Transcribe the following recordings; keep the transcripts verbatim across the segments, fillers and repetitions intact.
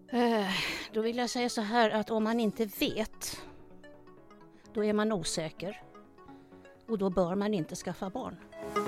Eh, då vill jag säga så här att om man inte vet, då är man osäker. Och då bör man inte skaffa barn.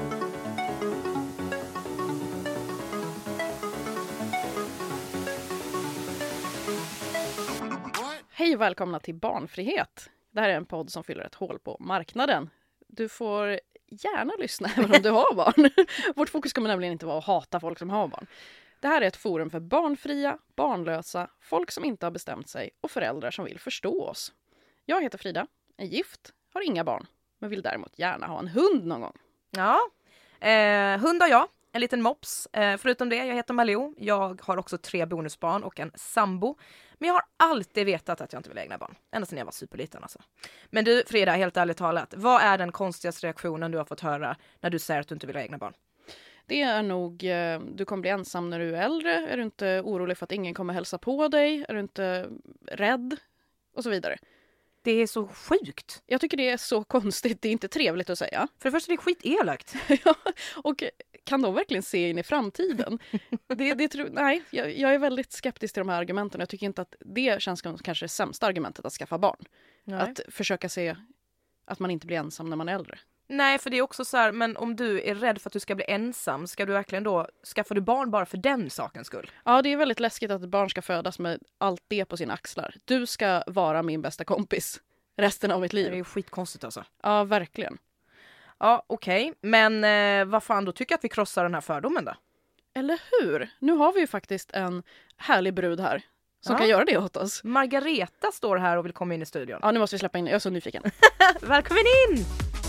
Hej och välkomna till Barnfrihet. Det här är en podd som fyller ett hål på marknaden. Du får gärna lyssna även om du har barn. Vårt fokus kommer nämligen inte vara att hata folk som har barn. Det här är ett forum för barnfria, barnlösa, folk som inte har bestämt sig och föräldrar som vill förstå oss. Jag heter Frida, är gift, har inga barn, men vill däremot gärna ha en hund någon gång. Ja, eh, hund har jag, en liten mops. Eh, förutom det, jag heter Malou. Jag har också tre bonusbarn och en sambo. Men jag har alltid vetat att jag inte vill ha egna barn. Ända sedan jag var superliten alltså. Men du Frida, helt ärligt talat, vad är den konstigaste reaktionen du har fått höra när du säger att du inte vill ha egna barn? Det är nog, eh, du kommer bli ensam när du är äldre. Är du inte orolig för att ingen kommer hälsa på dig? Är du inte rädd? Och så vidare. Det är så sjukt. Jag tycker det är så konstigt. Det är inte trevligt att säga. För det första är det skitelakt. Ja, och kan de verkligen se in i framtiden? det, det tro, nej, jag, jag är väldigt skeptisk till de här argumenten. Jag tycker inte att det känns som kanske det sämsta argumentet att skaffa barn. Nej. Att försöka se att man inte blir ensam när man är äldre. Nej, för det är också så här, men om du är rädd för att du ska bli ensam, ska du verkligen då skaffa du barn bara för den sakens skull? Ja, det är väldigt läskigt att ett barn ska födas med allt det på sina axlar. Du ska vara min bästa kompis resten av mitt liv. Det är skitkonstigt alltså. Ja, verkligen. Ja, okej. Okay. Men eh, vad fan, då tycker jag att vi krossar den här fördomen då. Eller hur? Nu har vi ju faktiskt en härlig brud här som ja. kan göra det åt oss. Margareta står här och vill komma in i studion. Ja, nu måste vi släppa in. Jag är så nyfiken. Välkommen in!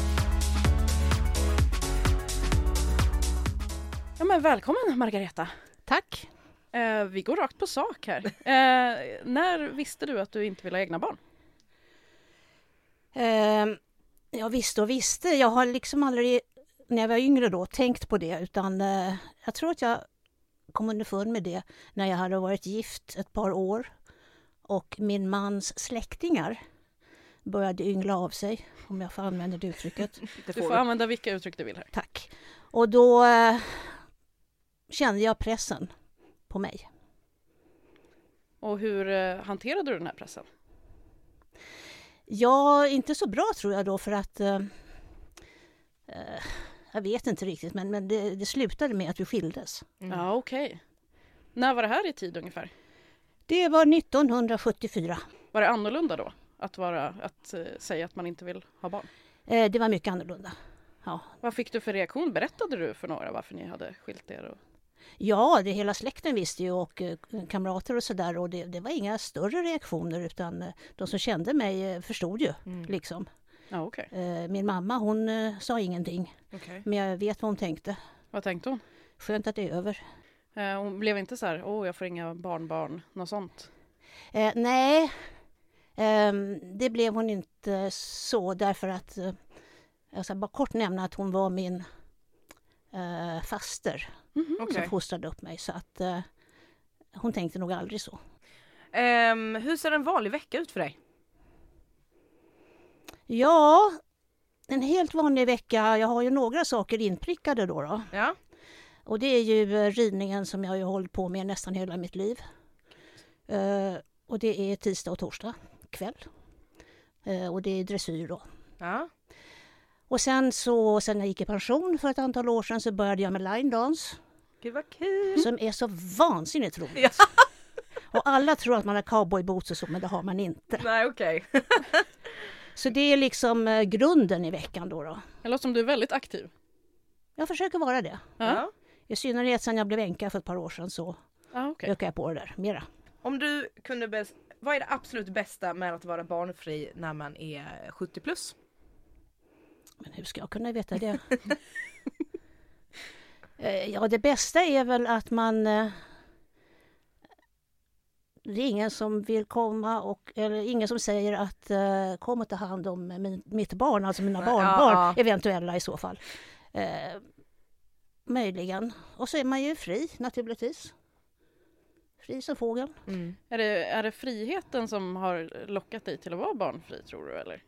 Ja, men välkommen Margareta. Tack. Eh, vi går rakt på sak här. Eh, när visste du att du inte ville ha egna barn? Eh, jag visste och visste. Jag har liksom aldrig, när jag var yngre då, tänkt på det. Utan eh, jag tror att jag kom underfund med det när jag hade varit gift ett par år. Och min mans släktingar började yngla av sig, om jag får använda det uttrycket. Du får använda vilka uttryck du vill här. Tack. Och då eh, kände jag pressen på mig. Och hur eh, hanterade du den här pressen? Ja, inte så bra tror jag då, för att eh, eh, jag vet inte riktigt, men, men det, det slutade med att vi skildes. Mm. Ja, okej. Okay. När var det här i tid ungefär? Det var nittonhundrasjuttiofyra. Var det annorlunda då? Att, vara, att uh, säga att man inte vill ha barn? Eh, det var mycket annorlunda. Ja. Vad fick du för reaktion? Berättade du för några varför ni hade skilt er? Och... Ja, det hela släkten visste ju, och eh, kamrater och sådär. Och det, det var inga större reaktioner, utan eh, de som kände mig eh, förstod ju. Mm. Liksom. Ja, okay. eh, min mamma, hon eh, sa ingenting. Okay. Men jag vet vad hon tänkte. Vad tänkte hon? Skönt att det är över. Eh, hon blev inte så här, åh oh, jag får inga barnbarn, något sånt? Eh, nej, eh, det blev hon inte så, därför att eh, jag ska bara kort nämna att hon var min eh, faster mm-hmm. som okay. fostrade upp mig, så att eh, hon tänkte nog aldrig så. Um, hur ser en vanlig vecka ut för dig? Ja, en helt vanlig vecka. Jag har ju några saker inprickade då. då. Ja. Och det är ju ridningen som jag har hållit på med nästan hela mitt liv. Uh, och det är tisdag och torsdag kväll. Uh, och det är dressyr då. Ja. Och sen så, sen jag gick i pension för ett antal år sedan, så började jag med line dance. Gud vad kul! Som är så vansinnigt roligt. Ja. Och alla tror att man har cowboyboots och så, men det har man inte. Nej, okej. Okay. Så det är liksom uh, grunden i veckan då, då. Det låter som du är väldigt aktiv. Jag försöker vara det. Ja. I synnerhet sen jag blev änka för ett par år sedan, så ah, okay. ökar jag på det där mera. Om du kunde bäst, vad är det absolut bästa med att vara barnfri när man är sjuttio plus? Men hur ska jag kunna veta det? Ja, det bästa är väl att man... Det är ingen som vill komma, och, eller ingen som säger att uh, kom och ta hand om min, mitt barn, alltså mina barnbarn, ja, ja. eventuella i så fall. Uh, möjligen. Och så är man ju fri, naturligtvis. Fri som fågeln. Mm. Är det, är det friheten som har lockat dig till att vara barnfri, tror du, eller?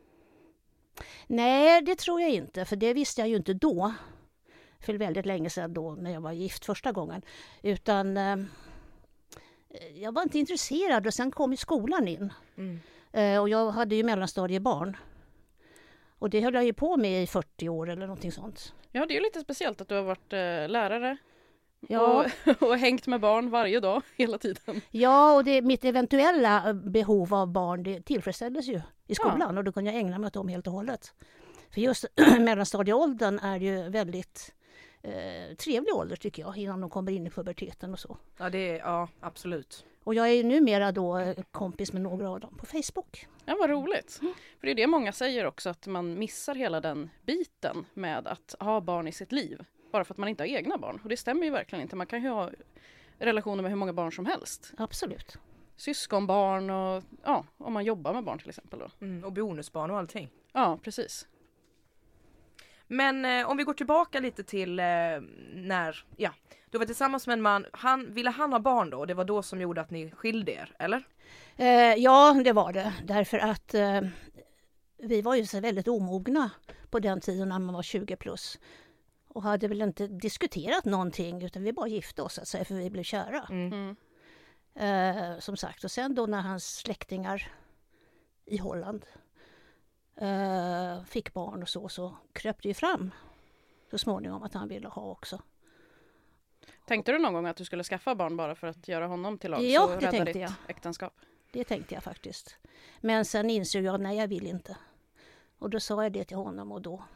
Nej, det tror jag inte, för det visste jag ju inte då. För väldigt länge sedan då, när jag var gift första gången. Utan... Uh, jag var inte intresserad och sen kom ju skolan in. Mm. Eh, och jag hade ju mellanstadiebarn. Och det höll jag ju på med i fyrtio år eller någonting sånt. Ja, det är ju lite speciellt att du har varit eh, lärare Ja, och, och hängt med barn varje dag hela tiden. ja och det, mitt eventuella behov av barn det tillfredsställdes ju i skolan och då kunde jag ägna mig åt dem helt och hållet. För just mellanstadieåldern är ju väldigt eh, trevlig ålder tycker jag innan de kommer in i puberteten och så. Ja, det är, ja, absolut. Och jag är ju numera då eh, kompis med några av dem på Facebook. Ja, vad roligt. För det är det många säger också, att man missar hela den biten med att ha barn i sitt liv. Bara för att man inte har egna barn. Och det stämmer ju verkligen inte. Man kan ju ha relationer med hur många barn som helst. Absolut. Syskonbarn och ja, om man jobbar med barn till exempel då. Mm, och bonusbarn och allting. Ja, precis. Men eh, om vi går tillbaka lite till eh, när, ja, du var tillsammans med en man, han, ville han ha barn då? Och det var då som gjorde att ni skilde er, eller? Eh, ja, det var det. Därför att eh, vi var ju så väldigt omogna på den tiden när man var tjugo plus. Och hade väl inte diskuterat någonting utan vi bara gifte oss att säga, för vi blev kära. Mm. Mm. Eh, som sagt, och sen då när hans släktingar i Holland eh, fick barn och så, så kröp det ju fram så småningom att han ville ha också. Tänkte du någon gång att du skulle skaffa barn bara för att göra honom till lag? Ja, så det rädda tänkte ditt jag. äktenskap? Det tänkte jag faktiskt. Men sen insåg jag, nej jag vill inte. Och då sa jag det till honom och då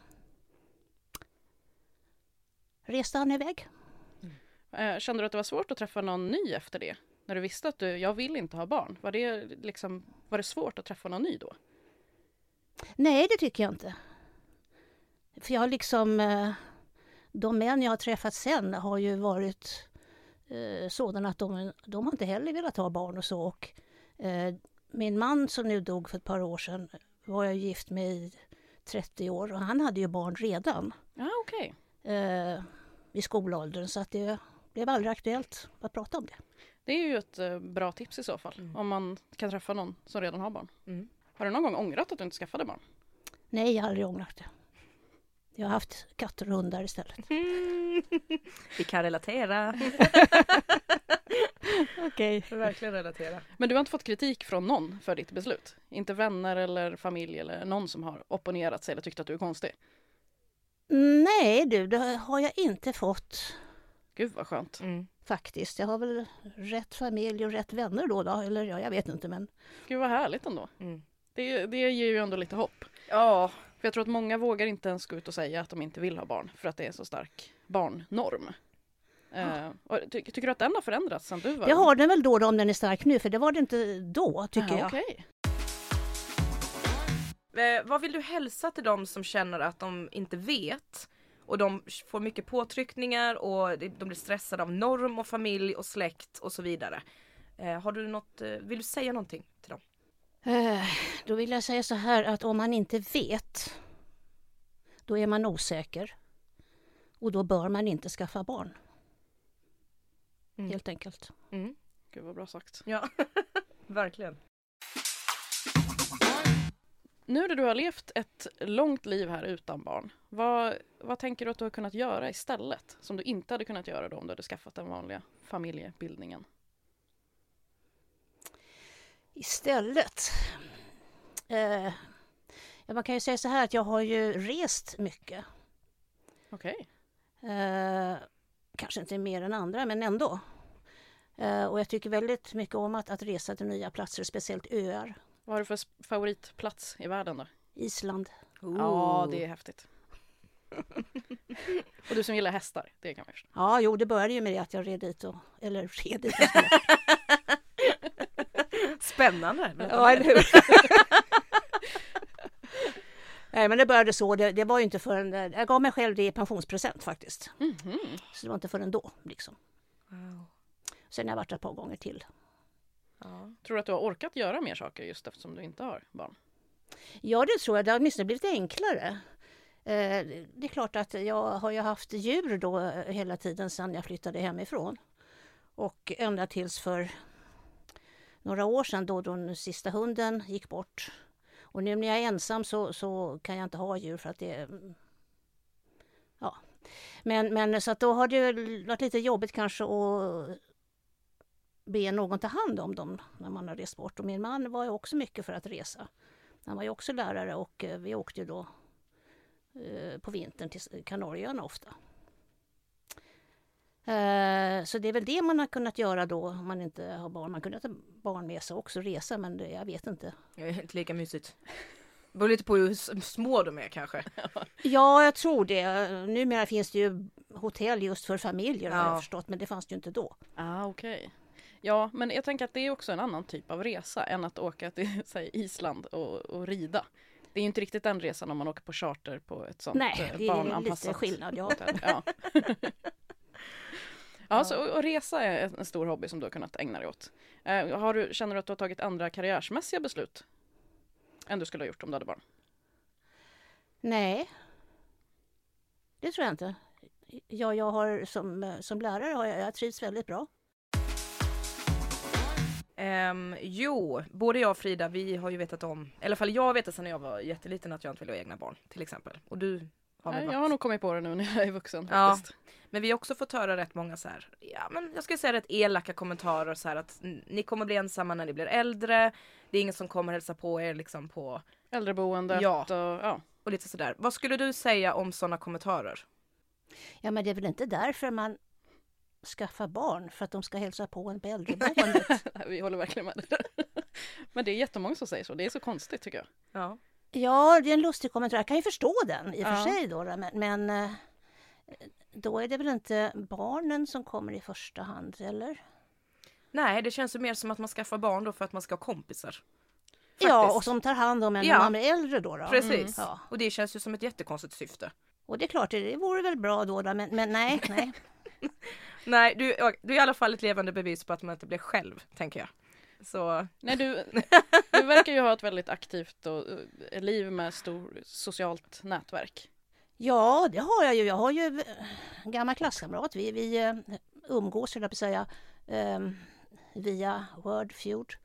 reste han iväg. Eh, kände du att det var svårt att träffa någon ny efter det? När du visste att du, jag vill inte ha barn. Var det, liksom, var det svårt att träffa någon ny då? Nej, det tycker jag inte. För jag har liksom, eh, de män jag har träffat sen har ju varit eh, sådana att de, de har inte heller velat ha barn och så. Och, eh, min man som nu dog för ett par år sedan var jag gift med i trettio år och han hade ju barn redan Ja, okej. eh, i skolåldern så att det blev aldrig aktuellt att prata om det. Det är ju ett eh, bra tips i så fall. Mm. Om man kan träffa någon som redan har barn. Mm. Har du någon gång ångrat att du inte skaffade barn? Nej, jag har aldrig ångrat det. Jag har haft katter och hundar istället. Vi kan relatera. Okej. Okay. Verkligen relatera. Men du har inte fått kritik från någon för ditt beslut? Inte vänner eller familj eller någon som har opponerat sig eller tyckt att du är konstig? Nej du, det har jag inte fått Gud vad skönt. Mm. faktiskt. Jag har väl rätt familj och rätt vänner då, då. Eller ja, jag vet inte men... Gud vad härligt ändå. Mm. Det, det ger ju ändå lite hopp. Ja. För jag tror att många vågar inte ens gå ut och säga att de inte vill ha barn. För att det är en så stark barnnorm. Uh, och ty- tycker du att den har förändrats sen du var? Jag har den väl då, då om den är stark nu, för det var det inte då tycker Aha, jag. okej. Eh, vad vill du hälsa till dem som känner att de inte vet och de får mycket påtryckningar och de blir stressade av norm och familj och släkt och så vidare? Eh, har du något, eh, vill du säga någonting till dem? Eh, då vill jag säga så här att om man inte vet, då är man osäker. Och då bör man inte skaffa barn. Mm. Helt enkelt. Mm. Gud vad bra sagt. Ja, verkligen. Nu när du har levt ett långt liv här utan barn, vad, vad tänker du att du har kunnat göra istället? Som du inte hade kunnat göra då om du hade skaffat den vanliga familjebildningen? Istället. Eh, ja, man kan ju säga så här att jag har ju rest mycket. Okej. Eh, kanske inte mer än andra, men ändå. Eh, och jag tycker väldigt mycket om att, att resa till nya platser, speciellt öar. Vad har du för s- favoritplats i världen då? Island. Ja, det är häftigt. Och du som gillar hästar, det kan man förstå. Ja, jo, det började ju med det att jag red dit och... Eller red dit. Spännande. Ja, eller hur? Nej, men det började så. Det, det var ju inte förrän... Jag gav mig själv det i pensionspresent faktiskt. Mhm. Så det var inte förrän då, liksom. Wow. Sen har jag varit ett par gånger till. Ja. Tror du att du har orkat göra mer saker just eftersom du inte har barn? Ja, det tror jag. Det har åtminstone blivit enklare. Eh, det är klart att jag har ju haft djur då hela tiden sedan jag flyttade hemifrån. Och ända tills för några år sedan då den sista hunden gick bort. Och nu när jag är ensam så, så kan jag inte ha djur för att det... Ja. Men, men så att då har det varit lite jobbigt kanske att be någon ta hand om dem när man har rest bort. Och min man var ju också mycket för att resa. Han var ju också lärare och eh, vi åkte ju då eh, på vintern till Kanarieöarna ofta. Eh, så det är väl det man har kunnat göra då om man inte har barn. Man kunde ha barn med sig också, resa, men det, jag vet inte. Det är inte lika mysigt. Det beror lite på hur små de är kanske. Ja, jag tror det. Numera finns det ju hotell just för familjer, Ja. har jag förstått, men det fanns det ju inte då. Ah, okej. Okay. Ja, men jag tänker att det är också en annan typ av resa än att åka till säg, Island och, och rida. Det är ju inte riktigt den resan om man åker på charter på ett sånt Nej, eh, det är barnanpassat lite skillnad. Ja. hotell. Ja. Ja, så, och resa är en stor hobby som du har kunnat ägna dig åt. Eh, har du, känner du att du har tagit andra karriärsmässiga beslut än du skulle ha gjort om du hade barn? Nej, det tror jag inte. Jag, jag har som, som lärare har jag, jag trivs väldigt bra. Um, jo, både jag och Frida, vi har ju vetat om, i alla fall jag vet sedan jag var jätteliten att jag inte ville ha egna barn, till exempel. Och du har väl Nej, varit... jag har nog kommit på det nu när jag är vuxen Ja. faktiskt. Men vi har också fått höra rätt många så här, ja men jag skulle säga rätt elaka kommentarer så här att ni kommer bli ensamma när ni blir äldre. Det är ingen som kommer hälsa på er liksom på Äldreboendet Ja. och ja. och lite sådär. Vad skulle du säga om sådana kommentarer? Ja, men det är väl inte därför man skaffar barn, för att de ska hälsa på en på äldreboendet. Vi håller verkligen med det. Men det är jättemånga som säger så. Det är så konstigt tycker jag. Ja. Ja, det är en lustig kommentar. Jag kan ju förstå den i och för Ja. sig då, men, men eh, då är det väl inte barnen som kommer i första hand, eller? Nej, det känns ju mer som att man skaffar barn då för att man ska ha kompisar. Ja, Faktiskt. och som tar hand om en Ja. när man blir äldre då. då. Precis. Ja. Och det känns ju som ett jättekonstigt syfte. Och det är klart, det vore väl bra då, då men, men nej, nej. Nej, du, du är i alla fall ett levande bevis på att man inte blir själv, tänker jag. Så... Nej, du, du verkar ju ha ett väldigt aktivt och, uh, liv med stor socialt nätverk. Ja, det har jag ju. Jag har ju en gammal klasskamrat. Vi, vi eh, umgås, skulle jag på säga, eh, via Wordfeud.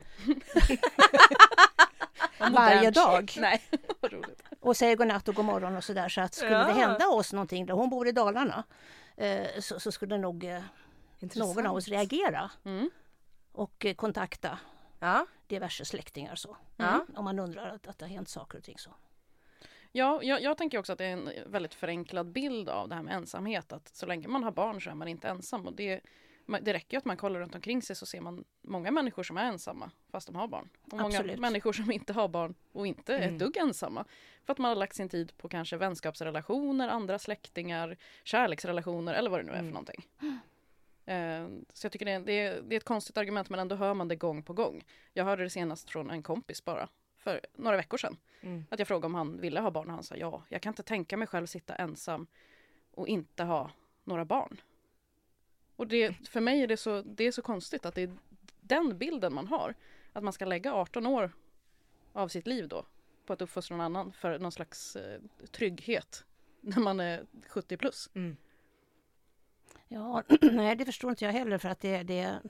Varje dag. Nej, vad roligt. Och säger godnatt och god morgon och sådär. Så att skulle Ja. det hända oss någonting, där hon bor i Dalarna, eh, så, så skulle nog eh, någon av oss reagera Mm. och eh, kontakta Ja. diverse släktingar så. Ja. Om man undrar att, att det har hänt saker och ting så. Ja, jag, jag tänker också att det är en väldigt förenklad bild av det här med ensamhet. Att så länge man har barn så är man inte ensam. Och det, det räcker ju att man kollar runt omkring sig så ser man många människor som är ensamma fast de har barn. Och många Absolut. människor som inte har barn och inte är Mm. ett dugg ensamma. För att man har lagt sin tid på kanske vänskapsrelationer, andra släktingar, kärleksrelationer eller vad det nu är för Mm. någonting. Eh, Så jag tycker det är, det, är, det är ett konstigt argument men ändå hör man det gång på gång. Jag hörde det senast från en kompis bara för några veckor sedan. Mm. Att jag frågade om han ville ha barn och han sa ja. Jag kan inte tänka mig själv sitta ensam och inte ha några barn. Och det, för mig är det, så, det är så konstigt att det är den bilden man har. Att man ska lägga arton år av sitt liv då på att uppfostra någon annan för någon slags eh, trygghet när man är sjuttio plus. Mm. Ja, nej det förstår inte jag heller för att det, det...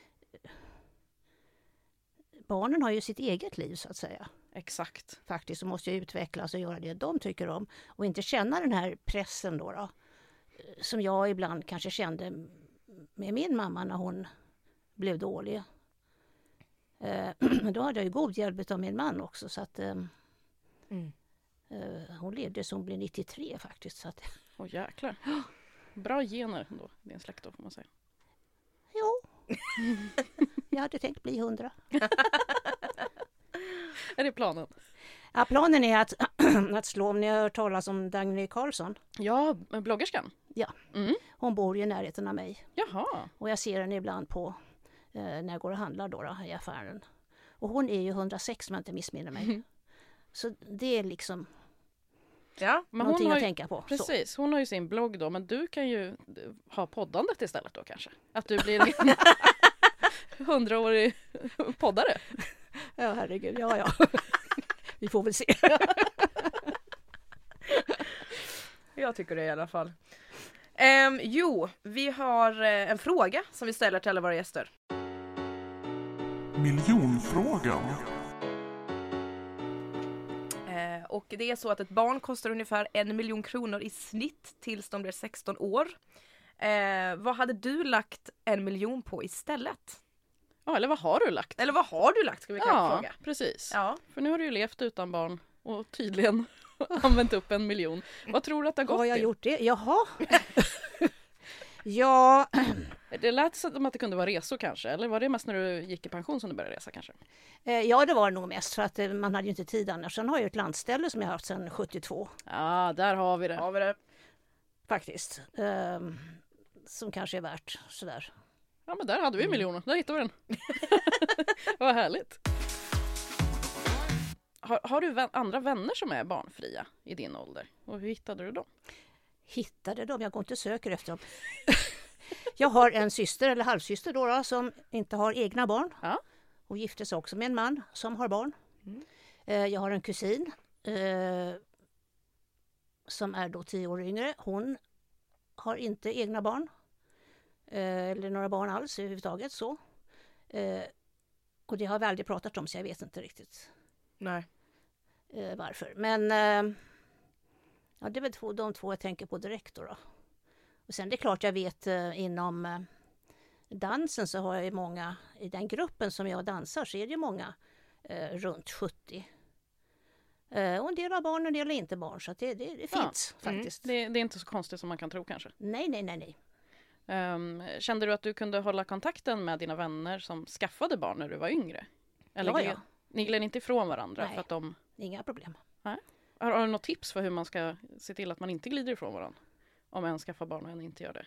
Barnen har ju sitt eget liv så att säga. Exakt. Faktiskt så måste jag utvecklas och göra det de tycker om. Och inte känna den här pressen då, då. Som jag ibland kanske kände med min mamma när hon blev dålig. Eh, Men då hade jag ju god hjälp av min man också så att... Eh, Mm. eh, hon levde som hon blev nittiotre faktiskt. Så att, Åh jäklar. Bra gener då, din släkt då får man säga. jo, jag hade tänkt bli hundra. Är det planen? Ja, planen är att, att slå, om ni har hört talas om Dagny Carlsson. Ja, bloggerskan. Ja, Mm. hon bor ju i närheten av mig. Jaha. Och jag ser henne ibland på eh, när jag går och handlar då, då, i affären. Och hon är ju hundrasex om jag inte missminner mig. Mm. Så det är liksom Ja. Men någonting hon har att ju, tänka på. Så. precis, hon har ju sin blogg då, men du kan ju ha poddandet istället då kanske. Att du blir en hundraårig poddare. Ja, herregud. Ja, ja. Vi får väl se. Jag tycker det i alla fall. Ehm, jo, vi har eh, en fråga som vi ställer till alla våra gäster. Miljonfrågan. Eh, och det är så att ett barn kostar ungefär en miljon kronor i snitt tills de blir sexton år. Eh, vad hade du lagt en miljon på istället? Ja, eller vad har du lagt? Eller vad har du lagt ska vi kanske Ja, fråga. precis. Ja. För nu har du ju levt utan barn och tydligen använt upp en miljon. Vad tror du att det har gått Har jag till? gjort det? Jaha. Ja, Det lät som att det kunde vara resor kanske. Eller var det mest när du gick i pension som du började resa kanske? eh, ja, det var det nog mest för att eh, man hade ju inte tid annars. Sen har jag ett landställe som jag har haft sedan sjuttiotvå Ja, där har vi det. Har vi det? faktiskt. Ehm, som kanske är värt sådär. Ja, men där hade vi miljonen. Där hittade vi den. Vad härligt. Har, har du vän, andra vänner som är barnfria i din ålder? Och hur hittade du dem? Hittade dem, jag går inte och söker efter dem. Jag har en syster eller halvsyster då, då som inte har egna barn. Ja. Och gifte sig också med en man som har barn. Mm. Eh, jag har en kusin eh, som är då tio år yngre. Hon har inte egna barn. Eh, eller några barn alls överhuvudtaget så. Eh, och det har vi aldrig pratat om så jag vet inte riktigt Nej. eh, varför. Men eh, ja, det är väl två, de två jag tänker på direkt då. då. Och sen det är klart jag vet eh, inom eh, dansen så har jag ju många, i den gruppen som jag dansar så är det ju många eh, runt sjuttio. Eh, och en del har barn och en del har inte barn så att det, det, det Ja. finns faktiskt. Det, det är inte så konstigt som man kan tro kanske. Nej, nej, nej, nej. Um, kände du att du kunde hålla kontakten med dina vänner som skaffade barn när du var yngre? Eller Ja, gled, ja. Ni gled inte ifrån varandra? Nej. För att de, Inga problem. har, har du något tips för hur man ska se till att man inte glider ifrån varandra? Om en skaffar barn och en inte gör det.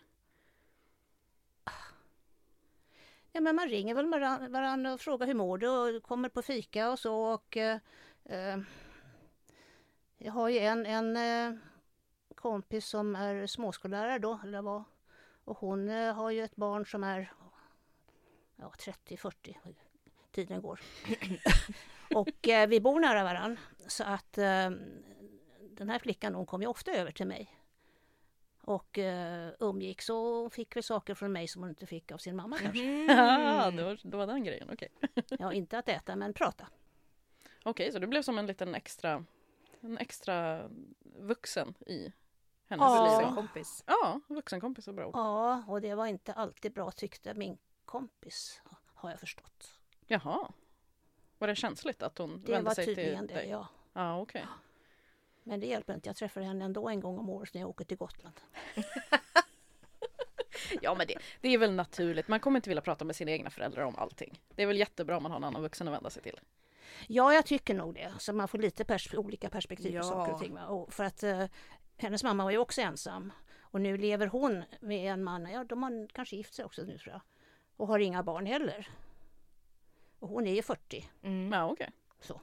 Ja, men man ringer väl varandra, varandra och frågar hur mår du och kommer på fika och så. Och, eh, eh, jag har ju en, en eh, kompis som är småskollärare då, eller vad. Och hon eh, har ju ett barn som är ja, trettio fyrtio, tiden går. och eh, vi bor nära varandra. Så att eh, den här flickan hon kom ju ofta över till mig. Och uh, umgicks och fick väl saker från mig som hon inte fick av sin mamma kanske. Ja, det var, det var den grejen, okej. Ja, inte att äta men prata. Okej, så du blev som en liten extra, en extra vuxen i hennes Ja. liv. En kompis. Ja, vuxenkompis är bra ord. Ja, och det var inte alltid bra tyckte min kompis, har jag förstått. Jaha. Var det känsligt att hon Det vände var sig tydligen till det, dig? ja. Ja, okej. Men det hjälper inte, jag träffar henne ändå en gång om året när jag åker till Gotland. Ja, men det, det är väl naturligt. Man kommer inte vilja prata med sina egna föräldrar om allting. Det är väl jättebra om man har en annan vuxen att vända sig till. Ja, jag tycker nog det. Så man får lite pers- olika perspektiv Ja. på saker och ting. Va? Och för att eh, hennes mamma var ju också ensam. Och nu lever hon med en man, ja de har kanske gift sig också nu tror jag. Och har inga barn heller. Och hon är ju fyrtio. Mm. Ja, okej. Så.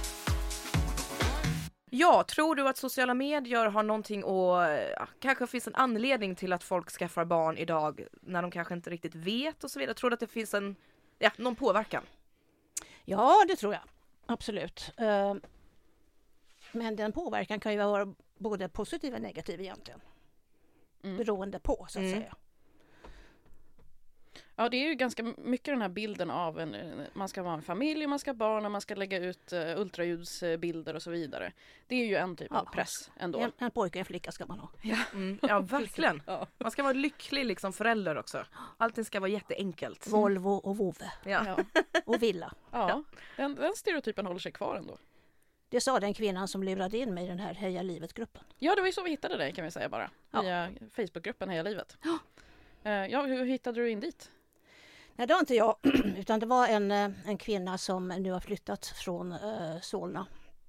Ja, tror du att sociala medier har någonting att, ja, kanske finns en anledning till att folk skaffar barn idag när de kanske inte riktigt vet och så vidare. Tror du att det finns en, ja, någon påverkan? Ja, det tror jag. Absolut. Eh, Men den påverkan kan ju vara både positiv och negativ egentligen. Mm. Beroende på så att Mm. säga. Ja, det är ju ganska mycket den här bilden av en, man ska vara en familj, man ska ha barn och man ska lägga ut uh, ultraljudsbilder och så vidare. Det är ju en typ Ja. av press ändå. En, en pojke och en flicka ska man ha. Mm. Ja, verkligen. Ja. Man ska vara lycklig liksom förälder också. Allting ska vara jätteenkelt. Volvo och vovve Ja. Ja, och villa. ja. Den, den stereotypen håller sig kvar ändå. Det sa den kvinnan som lurade in mig i den här Heja livet-gruppen. Ja, det var ju så vi hittade dig kan vi säga bara. Ja. Via Facebookgruppen Heja livet. Ja. ja, hur hittade du in dit? Nej, det var inte jag, utan det var en, eh, en kvinna som nu har flyttat från uh, Solna.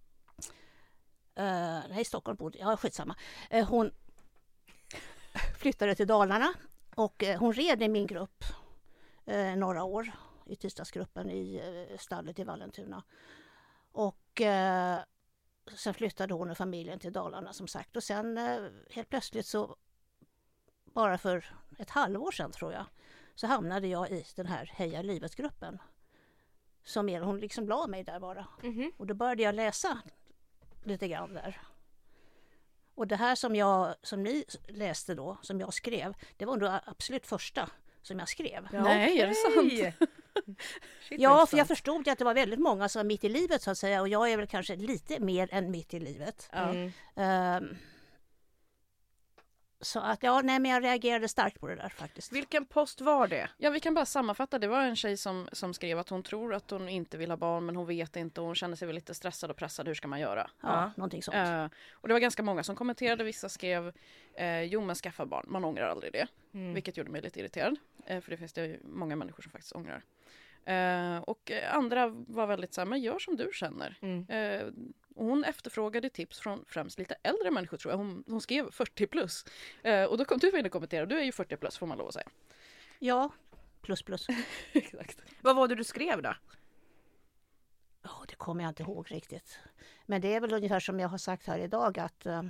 Uh, nej, Stockholm bodde, ja skitsamma. Uh, hon flyttade till Dalarna och uh, hon red i min grupp uh, några år i tisdagsgruppen i uh, stallet i Vallentuna. Och uh, sen flyttade hon och familjen till Dalarna som sagt. Och sen uh, helt plötsligt så, bara för ett halvår sedan tror jag, så hamnade jag i den här Heja livet-gruppen. Som är, hon liksom la mig där bara. Mhm. Och då började jag läsa lite grann där. Och det här som, jag, som ni läste då, som jag skrev, det var nog absolut första som jag skrev. Ja, Nej, är det okej. Shit, Ja, vad för jag intressant. förstod ju att det var väldigt många som var mitt i livet så att säga. Och jag är väl kanske lite mer än mitt i livet. Ja. Mm. Ehm, Så att, ja, nej, men jag reagerade starkt på det där faktiskt. Vilken post var det? Ja, vi kan bara sammanfatta. Det var en tjej som, som skrev att hon tror att hon inte vill ha barn, men hon vet inte och hon känner sig väl lite stressad och pressad. Hur ska man göra? Ja, Ja. någonting sånt. Uh, och det var ganska många som kommenterade. Vissa skrev, uh, jo men skaffa barn, man ångrar aldrig det. Mm. Vilket gjorde mig lite irriterad. Uh, för det finns det ju många människor som faktiskt ångrar. Uh, och uh, andra var väldigt så här, men gör som du känner. Mm. Uh, och hon efterfrågade tips från främst lite äldre människor tror jag. Hon, hon skrev fyrtio plus. Uh, och då kom du in och kommenterade. Du är ju fyrtio plus får man lov att säga. Ja, plus plus. Exakt. Vad var det du skrev då? Oh, det kommer jag inte ihåg riktigt. Men det är väl ungefär som jag har sagt här idag att, uh,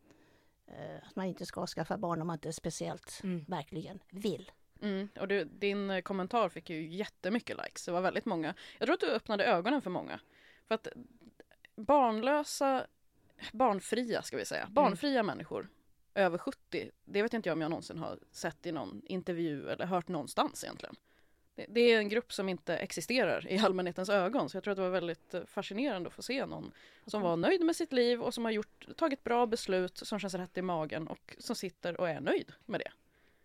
att man inte ska skaffa barn om man inte speciellt Mm. verkligen vill. Mm, och du, din kommentar fick ju jättemycket likes. Det var väldigt många. Jag tror att du öppnade ögonen för många. För att barnlösa, barnfria ska vi säga, barnfria mm. människor över sjuttio, det vet inte jag om jag någonsin har sett i någon intervju eller hört någonstans egentligen. Det, det är en grupp som inte existerar i allmänhetens ögon, så jag tror att det var väldigt fascinerande att få se någon som var nöjd med sitt liv och som har gjort, tagit bra beslut som känns rätt i magen och som sitter och är nöjd med det.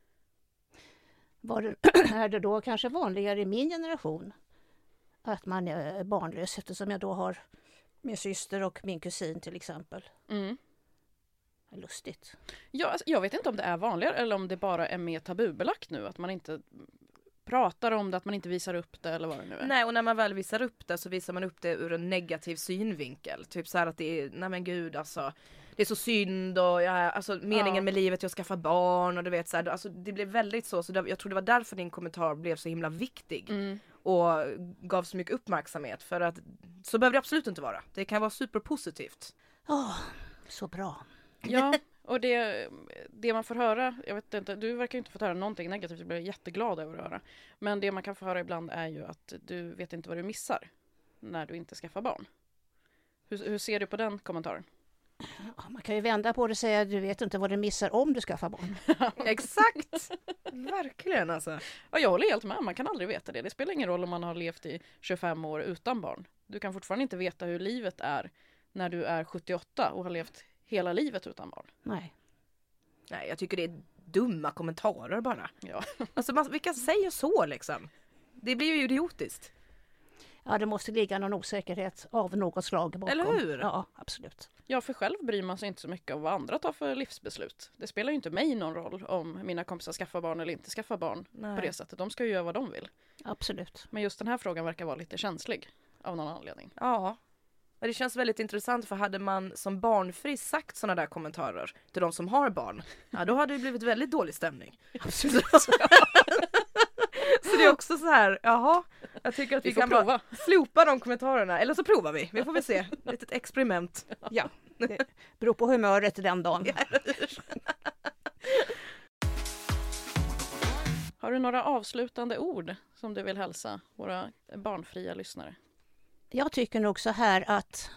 Var det, är det då kanske vanligare i min generation att man är barnlös eftersom jag då har min syster och min kusin till exempel. Mm. Lustigt. Ja, alltså, jag vet inte om det är vanligare eller om det bara är mer tabubelagt nu. Att man inte pratar om det, att man inte visar upp det eller vad det nu är. Nej, och när man väl visar upp det så visar man upp det ur en negativ synvinkel. Typ så här att det är, nej men gud alltså, det är så synd och ja, alltså meningen Ja. med livet är att skaffa barn och du vet så här, alltså det blev väldigt så, så det, jag tror det var därför din kommentar blev så himla viktig Mm. och gav så mycket uppmärksamhet, för att så behöver det absolut inte vara. Det kan vara superpositivt. Åh, så bra. Ja, och det, det man får höra, jag vet inte, du verkar inte få höra någonting negativt, jag blir jätteglad över att höra. Men det man kan få höra ibland är ju att du vet inte vad du missar när du inte skaffar barn. Hur, hur ser du på den kommentaren? Ja, man kan ju vända på det och säga att du vet inte vad du missar om du skaffar barn. Exakt! Verkligen alltså. Ja, jag håller helt med, man kan aldrig veta det. Det spelar ingen roll om man har levt i tjugofem år utan barn. Du kan fortfarande inte veta hur livet är när du är sjuttioåtta och har levt hela livet utan barn. Nej. Nej, jag tycker det är dumma kommentarer bara. Ja. Alltså man, vilka säger så liksom? Det blir ju idiotiskt. Ja, det måste ligga någon osäkerhet av något slag bakom. Eller hur? Ja, absolut. Ja, för själv bryr man sig inte så mycket om vad andra tar för livsbeslut. Det spelar ju inte mig någon roll om mina kompisar skaffar barn eller inte skaffar barn. Nej. På det sättet. De ska ju göra vad de vill. Absolut. Men just den här frågan verkar vara lite känslig av någon anledning. Ja. Och det känns väldigt intressant, för hade man som barnfri sagt sådana där kommentarer till de som har barn, ja då hade det blivit väldigt dålig stämning. Absolut. Så det är också så här, jaha, jag tycker att vi, Vi får kan prova. bara slopa de kommentarerna, eller så provar vi, vi får väl se, ett litet experiment. Ja, det beror på humöret den dagen. Har du några avslutande ord som du vill hälsa våra barnfria lyssnare? Jag tycker nog så här att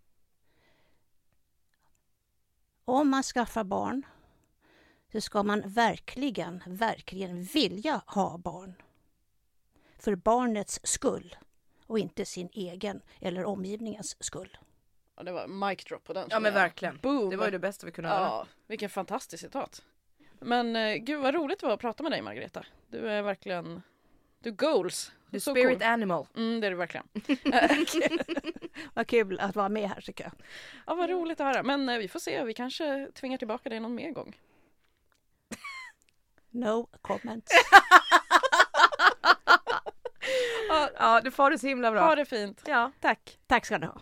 om man skaffar barn så ska man verkligen, verkligen vilja ha barn. För barnets skull och inte sin egen eller omgivningens skull. Ja, det var mic drop på den. Ja men verkligen, Boom. det var ju det bästa vi kunde höra. Ja, vilken fantastisk citat. Men eh, gud vad roligt det var att prata med dig, Margareta. Du är verkligen, du goals. Du är The så spirit cool. animal. Mm, det är du verkligen. Vad kul att vara med här tycker jag. Ja, vad roligt att höra. Men eh, vi får se, vi kanske tvingar tillbaka dig någon mer gång. No comment. Ja, ja, du får det så himla bra. Ha det fint. Ja, tack. Tack ska ni ha.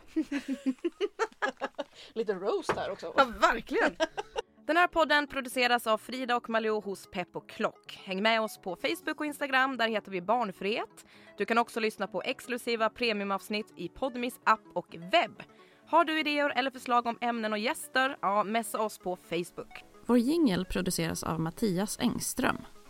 Lite roast här också. Ja, verkligen. Den här podden produceras av Frida och Malou hos Pepp och Klock. Häng med oss på Facebook och Instagram, där heter vi Barnfrihet. Du kan också lyssna på exklusiva premiumavsnitt i Podmis app och webb. Har du idéer eller förslag om ämnen och gäster? Ja, messa oss på Facebook. Vår jingle produceras av Mattias Engström.